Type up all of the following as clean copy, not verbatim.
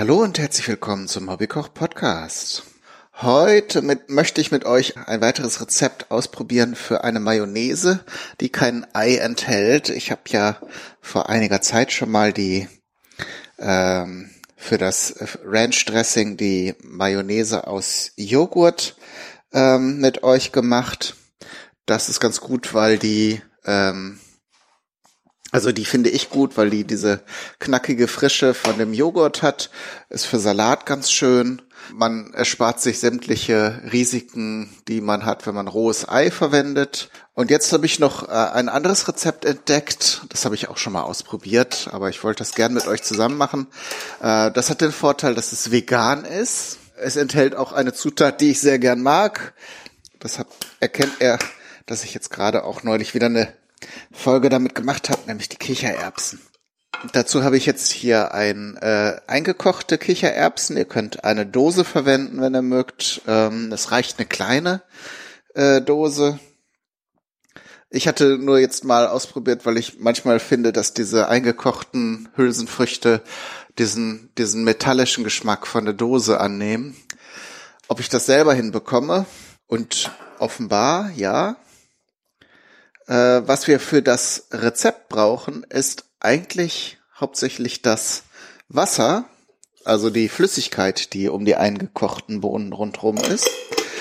Hallo und herzlich willkommen zum Hobbykoch-Podcast. Heute möchte ich mit euch ein weiteres Rezept ausprobieren für eine Mayonnaise, die kein Ei enthält. Ich habe ja vor einiger Zeit schon mal für das Ranch Dressing die Mayonnaise aus Joghurt mit euch gemacht. Das ist ganz gut, weil die finde ich gut, weil die diese knackige Frische von dem Joghurt hat. Ist für Salat ganz schön. Man erspart sich sämtliche Risiken, die man hat, wenn man rohes Ei verwendet. Und jetzt habe ich noch ein anderes Rezept entdeckt. Das habe ich auch schon mal ausprobiert, aber ich wollte das gern mit euch zusammen machen. Das hat den Vorteil, dass es vegan ist. Es enthält auch eine Zutat, die ich sehr gern mag. Erkennt er, dass ich jetzt gerade auch neulich wieder eine Folge damit gemacht habe, nämlich die Kichererbsen. Dazu habe ich jetzt hier eingekochte Kichererbsen. Ihr könnt eine Dose verwenden, wenn ihr mögt. Es reicht eine kleine Dose. Ich hatte nur jetzt mal ausprobiert, weil ich manchmal finde, dass diese eingekochten Hülsenfrüchte diesen metallischen Geschmack von der Dose annehmen. Ob ich das selber hinbekomme? Und offenbar, ja. Was wir für das Rezept brauchen, ist eigentlich hauptsächlich das Wasser, also die Flüssigkeit, die um die eingekochten Bohnen rundherum ist.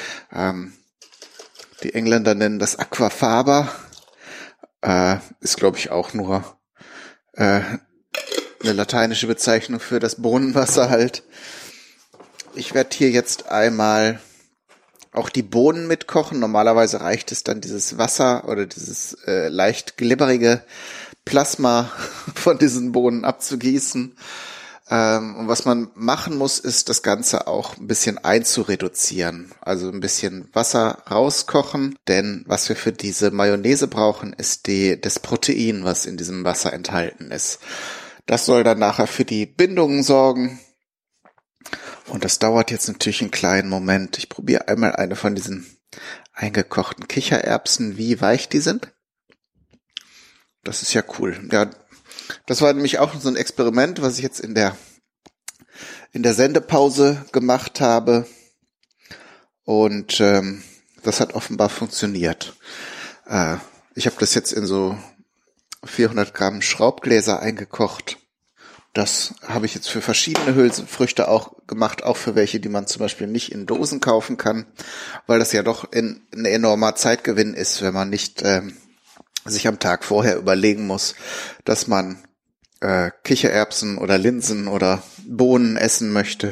Die Engländer nennen das Aquafaba, ist glaube ich auch nur eine lateinische Bezeichnung für das Bohnenwasser halt. Ich werde hier jetzt einmal auch die Bohnen mitkochen. Normalerweise reicht es dann, dieses Wasser oder dieses leicht glibberige Plasma von diesen Bohnen abzugießen. Und was man machen muss, ist das Ganze auch ein bisschen einzureduzieren. Also ein bisschen Wasser rauskochen. Denn was wir für diese Mayonnaise brauchen, ist das Protein, was in diesem Wasser enthalten ist. Das soll dann nachher für die Bindungen sorgen. Und das dauert jetzt natürlich einen kleinen Moment. Ich probiere einmal eine von diesen eingekochten Kichererbsen, wie weich die sind. Das ist ja cool. Ja, das war nämlich auch so ein Experiment, was ich jetzt in der Sendepause gemacht habe. Und das hat offenbar funktioniert. Ich habe das jetzt in so 400 Gramm Schraubgläser eingekocht. Das habe ich jetzt für verschiedene Hülsenfrüchte auch gemacht, auch für welche, die man zum Beispiel nicht in Dosen kaufen kann, weil das ja doch ein enormer Zeitgewinn ist, wenn man nicht sich am Tag vorher überlegen muss, dass man Kichererbsen oder Linsen oder Bohnen essen möchte.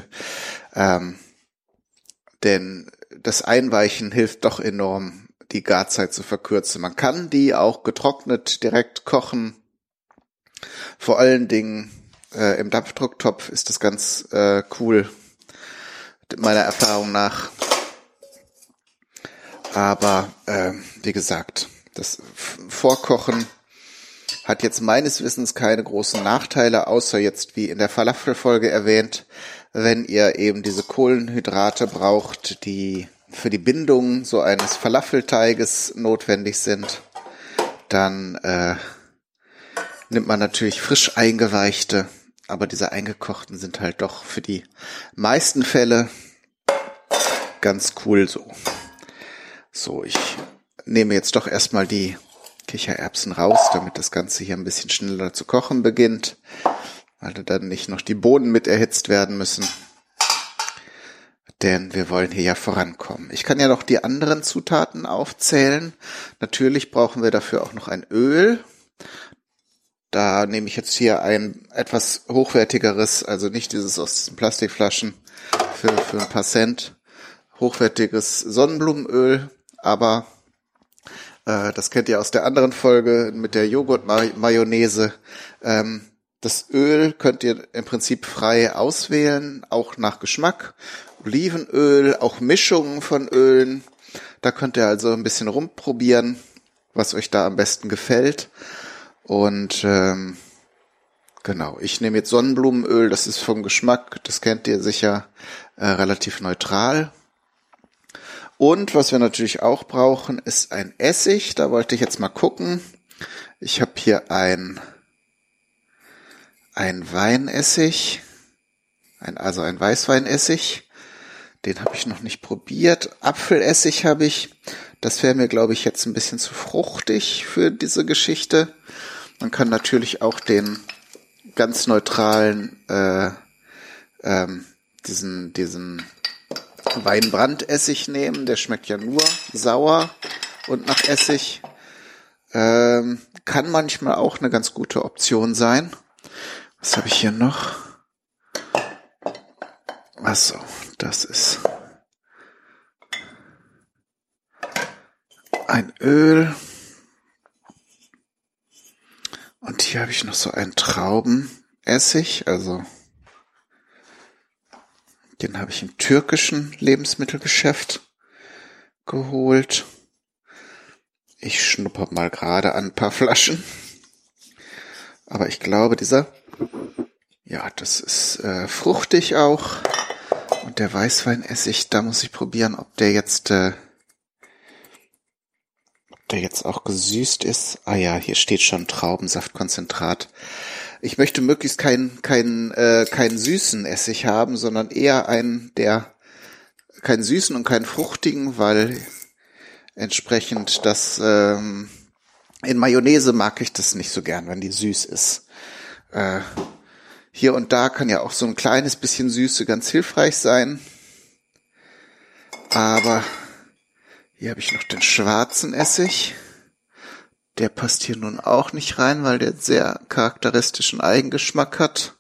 Denn das Einweichen hilft doch enorm, die Garzeit zu verkürzen. Man kann die auch getrocknet direkt kochen. Vor allen Dingen im Dampfdrucktopf ist das ganz cool, meiner Erfahrung nach. Aber wie gesagt, das Vorkochen hat jetzt meines Wissens keine großen Nachteile, außer jetzt wie in der Falafel-Folge erwähnt, wenn ihr eben diese Kohlenhydrate braucht, die für die Bindung so eines Falafelteiges notwendig sind, dann nimmt man natürlich frisch eingeweichte, aber diese eingekochten sind halt doch für die meisten Fälle ganz cool so. So, ich nehme jetzt doch erstmal die Kichererbsen raus, damit das Ganze hier ein bisschen schneller zu kochen beginnt, weil dann nicht noch die Bohnen mit erhitzt werden müssen. Denn wir wollen hier ja vorankommen. Ich kann ja noch die anderen Zutaten aufzählen. Natürlich brauchen wir dafür auch noch ein Öl. Da nehme ich jetzt hier ein etwas hochwertigeres, also nicht dieses aus diesen Plastikflaschen für ein paar Cent, hochwertiges Sonnenblumenöl, aber das kennt ihr aus der anderen Folge mit der Joghurt-Mayonnaise. Das Öl könnt ihr im Prinzip frei auswählen, auch nach Geschmack. Olivenöl, auch Mischungen von Ölen. Da könnt ihr also ein bisschen rumprobieren, was euch da am besten gefällt. Und genau, ich nehme jetzt Sonnenblumenöl, das ist vom Geschmack, das kennt ihr sicher, relativ neutral. Und was wir natürlich auch brauchen, ist ein Essig. Da wollte ich jetzt mal gucken. Ich habe hier ein Weinessig, also ein Weißweinessig. Den habe ich noch nicht probiert. Apfelessig habe ich. Das wäre mir, glaube ich, jetzt ein bisschen zu fruchtig für diese Geschichte. Man kann natürlich auch den ganz neutralen, diesen Weinbrandessig nehmen. Der schmeckt ja nur sauer und nach Essig. Kann manchmal auch eine ganz gute Option sein. Was habe ich hier noch? Achso, das ist ein Öl. Und hier habe ich noch so einen Traubenessig, also den habe ich im türkischen Lebensmittelgeschäft geholt. Ich schnupper mal gerade an ein paar Flaschen. Aber ich glaube, das ist fruchtig auch. Und der Weißweinessig, da muss ich probieren, ob der jetzt auch gesüßt ist. Ah ja, hier steht schon Traubensaftkonzentrat. Ich möchte möglichst keinen süßen Essig haben, sondern eher keinen süßen und keinen fruchtigen, weil entsprechend in Mayonnaise mag ich das nicht so gern, wenn die süß ist. Hier und da kann ja auch so ein kleines bisschen Süße ganz hilfreich sein. Aber hier habe ich noch den schwarzen Essig. Der passt hier nun auch nicht rein, weil der sehr charakteristischen Eigengeschmack hat.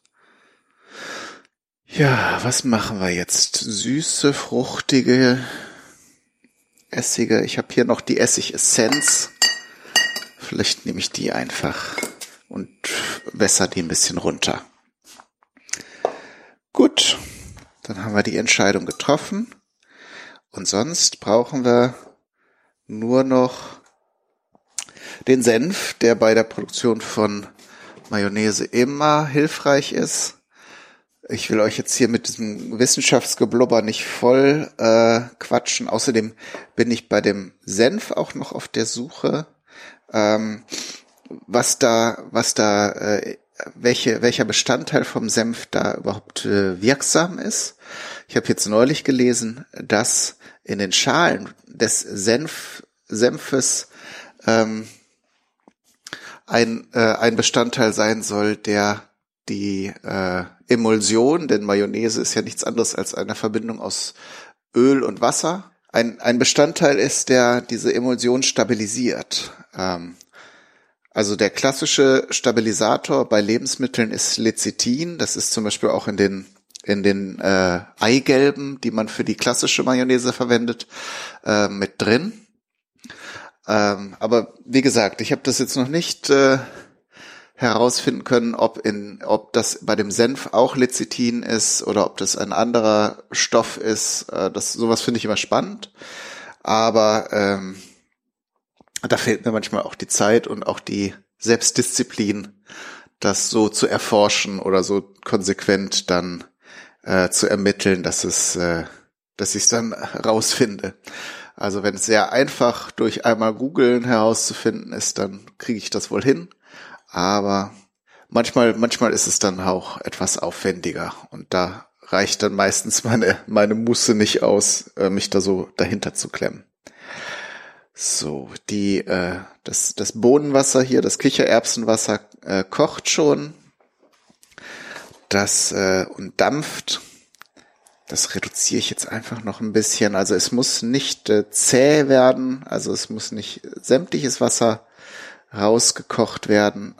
Ja, was machen wir jetzt? Süße, fruchtige Essige. Ich habe hier noch die Essigessenz. Vielleicht nehme ich die einfach und wässer die ein bisschen runter. Gut, dann haben wir die Entscheidung getroffen. Und sonst brauchen wir nur noch den Senf, der bei der Produktion von Mayonnaise immer hilfreich ist. Ich will euch jetzt hier mit diesem Wissenschaftsgeblubber nicht voll quatschen. Außerdem bin ich bei dem Senf auch noch auf der Suche, welcher Bestandteil vom Senf da überhaupt wirksam ist. Ich habe jetzt neulich gelesen, dass in den Schalen des Senfes ein Bestandteil sein soll, der die Emulsion, denn Mayonnaise ist ja nichts anderes als eine Verbindung aus Öl und Wasser. Ein Bestandteil ist, der diese Emulsion stabilisiert. Also der klassische Stabilisator bei Lebensmitteln ist Lecithin. Das ist zum Beispiel auch in den Eigelben, die man für die klassische Mayonnaise verwendet, mit drin. Aber wie gesagt, ich habe das jetzt noch nicht herausfinden können, ob das bei dem Senf auch Lecithin ist oder ob das ein anderer Stoff ist. Sowas finde ich immer spannend. Aber da fehlt mir manchmal auch die Zeit und auch die Selbstdisziplin, das so zu erforschen oder so konsequent dann zu ermitteln, dass ich es dann rausfinde. Also wenn es sehr einfach durch einmal googeln herauszufinden ist, dann kriege ich das wohl hin. Aber manchmal ist es dann auch etwas aufwendiger und da reicht dann meistens meine Muße nicht aus, mich da so dahinter zu klemmen. So, das Bohnenwasser hier, das Kichererbsenwasser kocht schon. Und dampft. Das reduziere ich jetzt einfach noch ein bisschen. Also es muss nicht zäh werden, also es muss nicht sämtliches Wasser rausgekocht werden.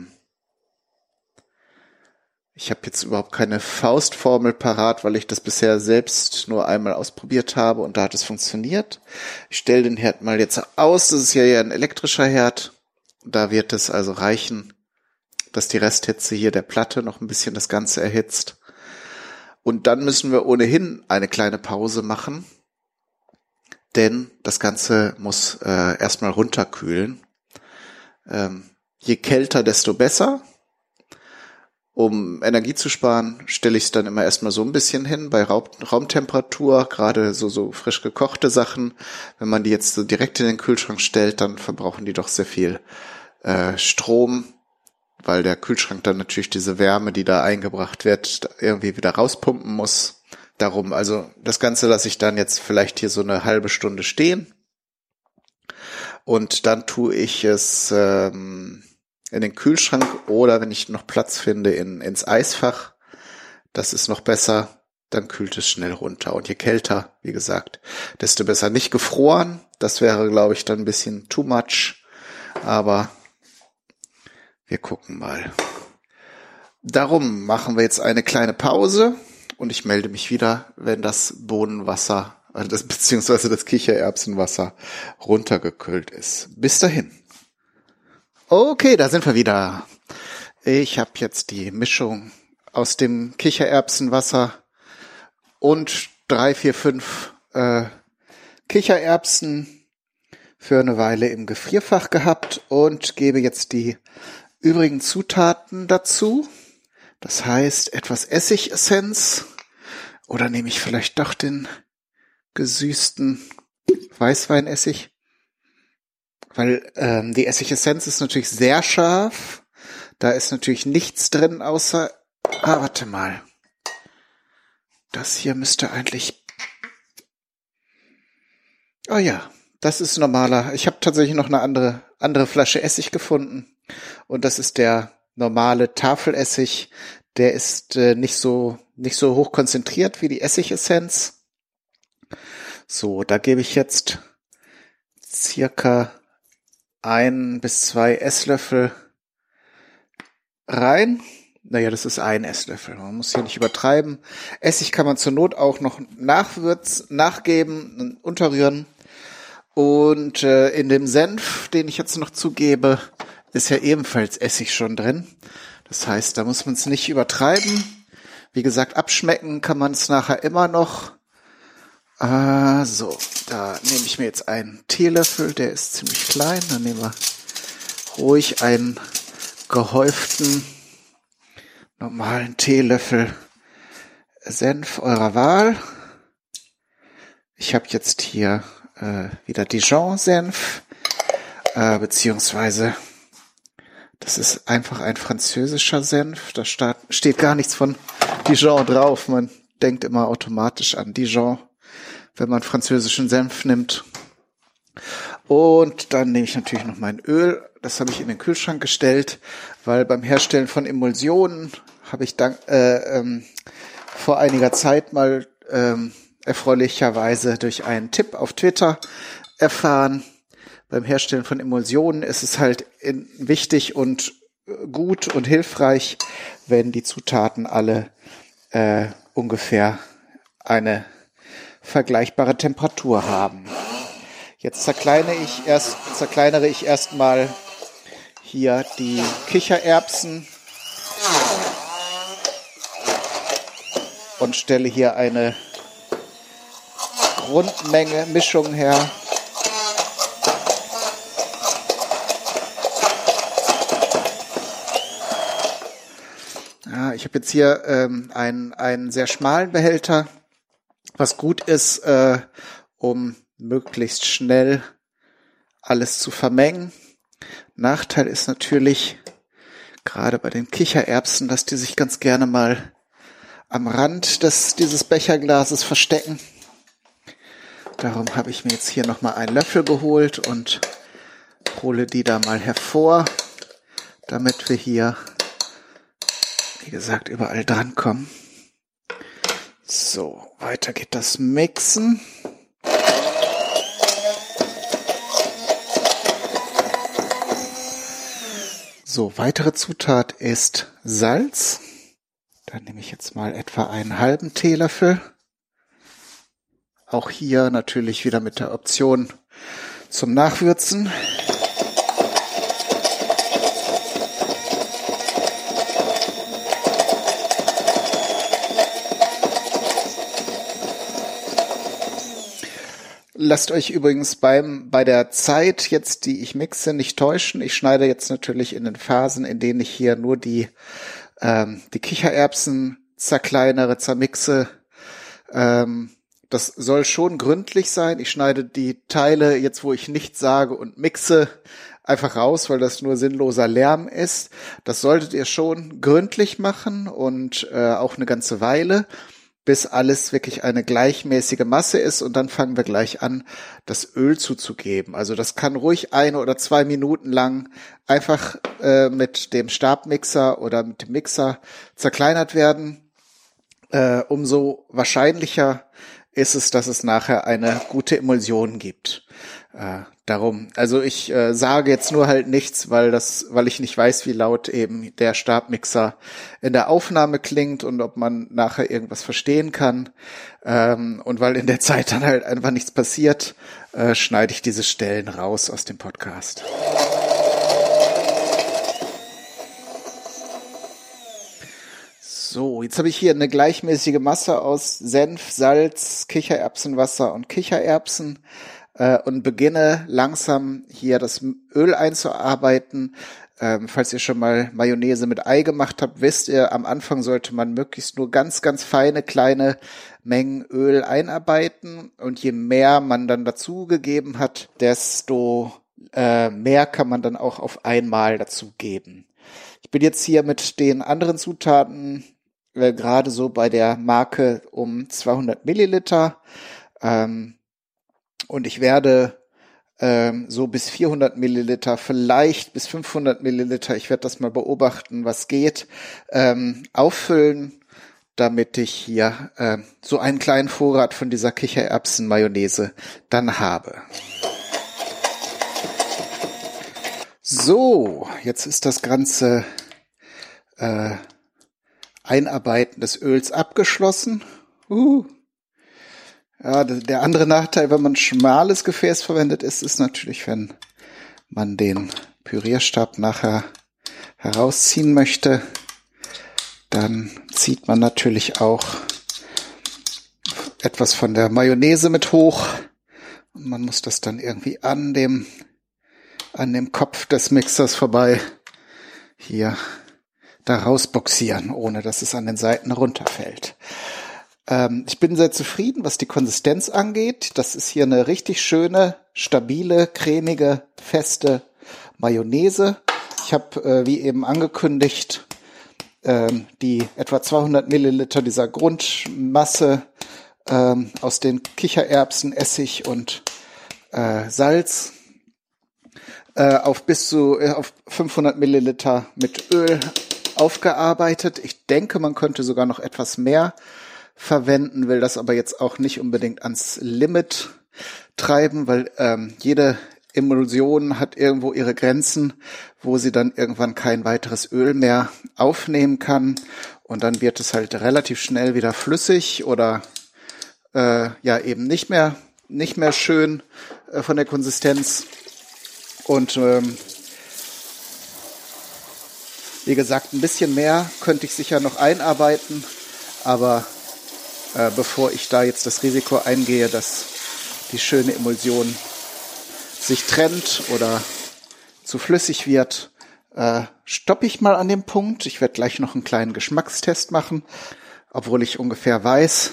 Ich habe jetzt überhaupt keine Faustformel parat, weil ich das bisher selbst nur einmal ausprobiert habe und da hat es funktioniert. Ich stelle den Herd mal jetzt aus. Das ist ja ein elektrischer Herd. Da wird es also reichen, dass die Resthitze hier der Platte noch ein bisschen das Ganze erhitzt. Und dann müssen wir ohnehin eine kleine Pause machen, denn das Ganze muss erstmal runterkühlen. Je kälter, desto besser. Um Energie zu sparen, stelle ich es dann immer erstmal so ein bisschen hin bei Raumtemperatur, gerade so frisch gekochte Sachen. Wenn man die jetzt so direkt in den Kühlschrank stellt, dann verbrauchen die doch sehr viel Strom. weil der Kühlschrank dann natürlich diese Wärme, die da eingebracht wird, irgendwie wieder rauspumpen muss. Darum, also das Ganze lasse ich dann jetzt vielleicht hier so eine halbe Stunde stehen. Und dann tue ich es in den Kühlschrank oder wenn ich noch Platz finde, ins Eisfach. Das ist noch besser, dann kühlt es schnell runter. Und je kälter, wie gesagt, desto besser. Nicht gefroren, das wäre, glaube ich, dann ein bisschen too much. Aber wir gucken mal. Darum machen wir jetzt eine kleine Pause und ich melde mich wieder, wenn das Bohnenwasser, beziehungsweise das Kichererbsenwasser runtergekühlt ist. Bis dahin. Okay, da sind wir wieder. Ich habe jetzt die Mischung aus dem Kichererbsenwasser und 3, 4, 5 Kichererbsen für eine Weile im Gefrierfach gehabt und gebe jetzt die übrigen Zutaten dazu. Das heißt etwas Essigessenz oder nehme ich vielleicht doch den gesüßten Weißweinessig, weil die Essigessenz ist natürlich sehr scharf. Da ist natürlich nichts drin außer warte mal. Das hier müsste eigentlich... Oh ja, das ist normaler. Ich habe tatsächlich noch eine andere Flasche Essig gefunden. Und das ist der normale Tafelessig. Der ist nicht so hoch konzentriert wie die Essigessenz. So, da gebe ich jetzt circa 1 bis 2 Esslöffel rein. Naja, das ist 1 Esslöffel. Man muss hier nicht übertreiben. Essig kann man zur Not auch noch nachgeben und unterrühren. Und in dem Senf, den ich jetzt noch zugebe, ist ja ebenfalls Essig schon drin. Das heißt, da muss man es nicht übertreiben. Wie gesagt, abschmecken kann man es nachher immer noch. So, da nehme ich mir jetzt einen Teelöffel, der ist ziemlich klein. Dann nehmen wir ruhig einen gehäuften normalen Teelöffel Senf eurer Wahl. Ich habe jetzt hier wieder Dijon-Senf, beziehungsweise das ist einfach ein französischer Senf. Da steht gar nichts von Dijon drauf. Man denkt immer automatisch an Dijon, wenn man französischen Senf nimmt. Und dann nehme ich natürlich noch mein Öl. Das habe ich in den Kühlschrank gestellt, weil beim Herstellen von Emulsionen habe ich vor einiger Zeit mal erfreulicherweise durch einen Tipp auf Twitter erfahren. Beim Herstellen von Emulsionen ist es halt wichtig und gut und hilfreich, wenn die Zutaten alle ungefähr eine vergleichbare Temperatur haben. Jetzt zerkleinere ich erstmal hier die Kichererbsen und stelle hier eine Grundmenge Mischung her. Ja, ich habe jetzt hier einen sehr schmalen Behälter, was gut ist, um möglichst schnell alles zu vermengen. Nachteil ist natürlich, gerade bei den Kichererbsen, dass die sich ganz gerne mal am Rand dieses Becherglases verstecken. Darum habe ich mir jetzt hier nochmal einen Löffel geholt und hole die da mal hervor, damit wir hier, wie gesagt, überall drankommen. So, weiter geht das Mixen. So, weitere Zutat ist Salz. Da nehme ich jetzt mal etwa einen halben Teelöffel. Auch hier natürlich wieder mit der Option zum Nachwürzen. Lasst euch übrigens bei der Zeit jetzt, die ich mixe, nicht täuschen. Ich schneide jetzt natürlich in den Phasen, in denen ich hier nur die Kichererbsen zermixe. Das soll schon gründlich sein. Ich schneide die Teile jetzt, wo ich nichts sage und mixe, einfach raus, weil das nur sinnloser Lärm ist. Das solltet ihr schon gründlich machen und auch eine ganze Weile, bis alles wirklich eine gleichmäßige Masse ist, und dann fangen wir gleich an, das Öl zuzugeben. Also das kann ruhig 1 oder 2 Minuten lang einfach mit dem Stabmixer oder mit dem Mixer zerkleinert werden. Umso wahrscheinlicher ist es, dass es nachher eine gute Emulsion gibt. Darum, also ich sage jetzt nur halt nichts, weil ich nicht weiß, wie laut eben der Stabmixer in der Aufnahme klingt und ob man nachher irgendwas verstehen kann. Und weil in der Zeit dann halt einfach nichts passiert, schneide ich diese Stellen raus aus dem Podcast. So, jetzt habe ich hier eine gleichmäßige Masse aus Senf, Salz, Kichererbsenwasser und Kichererbsen und beginne langsam hier das Öl einzuarbeiten. Falls ihr schon mal Mayonnaise mit Ei gemacht habt, wisst ihr, am Anfang sollte man möglichst nur ganz, ganz feine, kleine Mengen Öl einarbeiten. Und je mehr man dann dazugegeben hat, desto mehr kann man dann auch auf einmal dazugeben. Ich bin jetzt hier mit den anderen Zutaten gerade so bei der Marke um 200 Milliliter. Und ich werde so bis 400 Milliliter, vielleicht bis 500 Milliliter, ich werde das mal beobachten, was geht, auffüllen, damit ich hier so einen kleinen Vorrat von dieser Kichererbsen-Mayonnaise dann habe. So, jetzt ist das ganze Einarbeiten des Öls abgeschlossen. Ja, der andere Nachteil, wenn man ein schmales Gefäß verwendet, ist natürlich, wenn man den Pürierstab nachher herausziehen möchte, dann zieht man natürlich auch etwas von der Mayonnaise mit hoch und man muss das dann irgendwie an dem Kopf des Mixers vorbei hier da rausboxieren, ohne dass es an den Seiten runterfällt. Ich bin sehr zufrieden, was die Konsistenz angeht. Das ist hier eine richtig schöne, stabile, cremige, feste Mayonnaise. Ich habe, wie eben angekündigt, die etwa 200 Milliliter dieser Grundmasse aus den Kichererbsen, Essig und Salz auf 500 Milliliter mit Öl aufgearbeitet. Ich denke, man könnte sogar noch etwas mehr verwenden, will das aber jetzt auch nicht unbedingt ans Limit treiben, weil jede Emulsion hat irgendwo ihre Grenzen, wo sie dann irgendwann kein weiteres Öl mehr aufnehmen kann, und dann wird es halt relativ schnell wieder flüssig oder eben nicht mehr schön von der Konsistenz. Und wie gesagt, ein bisschen mehr könnte ich sicher noch einarbeiten, aber bevor ich da jetzt das Risiko eingehe, dass die schöne Emulsion sich trennt oder zu flüssig wird, stoppe ich mal an dem Punkt. Ich werde gleich noch einen kleinen Geschmackstest machen, obwohl ich ungefähr weiß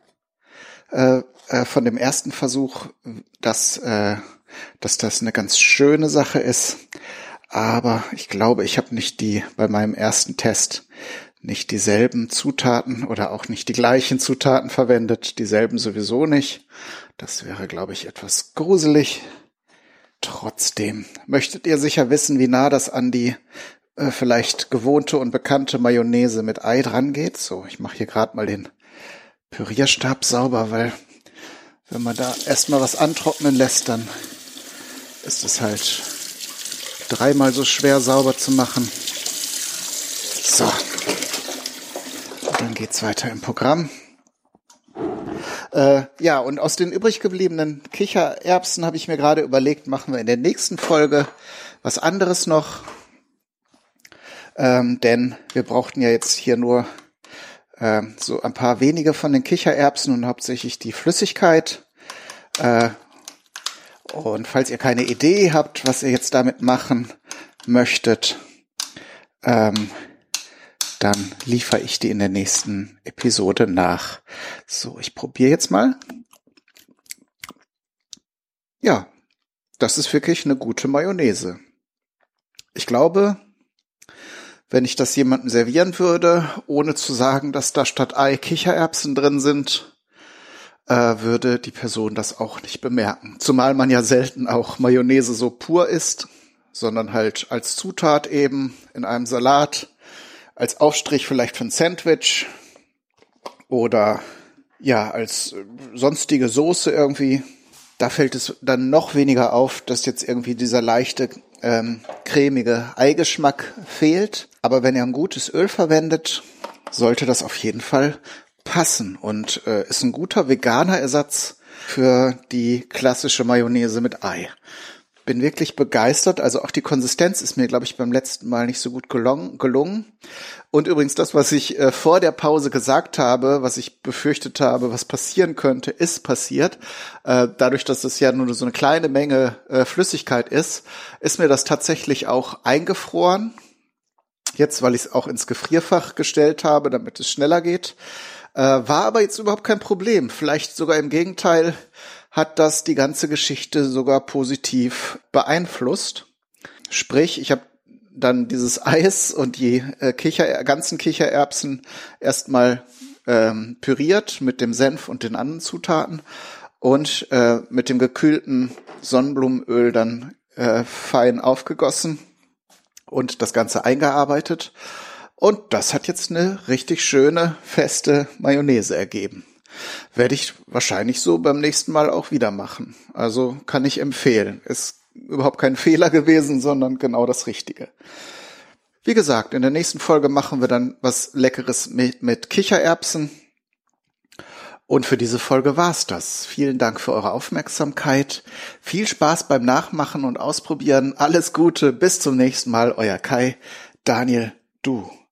von dem ersten Versuch, dass das eine ganz schöne Sache ist. Aber ich glaube, ich habe bei meinem ersten Test nicht dieselben Zutaten oder auch nicht die gleichen Zutaten verwendet, dieselben sowieso nicht. Das wäre, glaube ich, etwas gruselig. Trotzdem möchtet ihr sicher wissen, wie nah das an die vielleicht gewohnte und bekannte Mayonnaise mit Ei dran geht. So, ich mache hier gerade mal den Pürierstab sauber, weil wenn man da erstmal was antrocknen lässt, dann ist es halt 3-mal so schwer sauber zu machen. So. Und dann geht's weiter im Programm. Und aus den übrig gebliebenen Kichererbsen habe ich mir gerade überlegt, machen wir in der nächsten Folge was anderes noch. Denn wir brauchten ja jetzt hier nur so ein paar wenige von den Kichererbsen und hauptsächlich die Flüssigkeit. Und falls ihr keine Idee habt, was ihr jetzt damit machen möchtet, dann liefere ich die in der nächsten Episode nach. So, ich probiere jetzt mal. Ja, das ist wirklich eine gute Mayonnaise. Ich glaube, wenn ich das jemandem servieren würde, ohne zu sagen, dass da statt Ei Kichererbsen drin sind, würde die Person das auch nicht bemerken. Zumal man ja selten auch Mayonnaise so pur isst, sondern halt als Zutat eben in einem Salat, als Aufstrich vielleicht für ein Sandwich oder ja, als sonstige Soße irgendwie. Da fällt es dann noch weniger auf, dass jetzt irgendwie dieser leichte, cremige Eigeschmack fehlt. Aber wenn ihr ein gutes Öl verwendet, sollte das auf jeden Fall passen und ist ein guter veganer Ersatz für die klassische Mayonnaise mit Ei. Bin wirklich begeistert. Also auch die Konsistenz ist mir, glaube ich, beim letzten Mal nicht so gut gelungen. Und übrigens das, was ich vor der Pause gesagt habe, was ich befürchtet habe, was passieren könnte, ist passiert. Dadurch, dass es ja nur so eine kleine Menge Flüssigkeit ist mir das tatsächlich auch eingefroren. Jetzt, weil ich es auch ins Gefrierfach gestellt habe, damit es schneller geht. War aber jetzt überhaupt kein Problem. Vielleicht sogar im Gegenteil, hat das die ganze Geschichte sogar positiv beeinflusst. Sprich, ich habe dann dieses Eis und die ganzen Kichererbsen erstmal püriert mit dem Senf und den anderen Zutaten und mit dem gekühlten Sonnenblumenöl dann fein aufgegossen und das Ganze eingearbeitet. Und das hat jetzt eine richtig schöne, feste Mayonnaise ergeben. Werde ich wahrscheinlich so beim nächsten Mal auch wieder machen. Also kann ich empfehlen. Ist überhaupt kein Fehler gewesen, sondern genau das Richtige. Wie gesagt, in der nächsten Folge machen wir dann was Leckeres mit Kichererbsen. Und für diese Folge war's das. Vielen Dank für eure Aufmerksamkeit. Viel Spaß beim Nachmachen und Ausprobieren. Alles Gute. Bis zum nächsten Mal. Euer Kai. Daniel, du.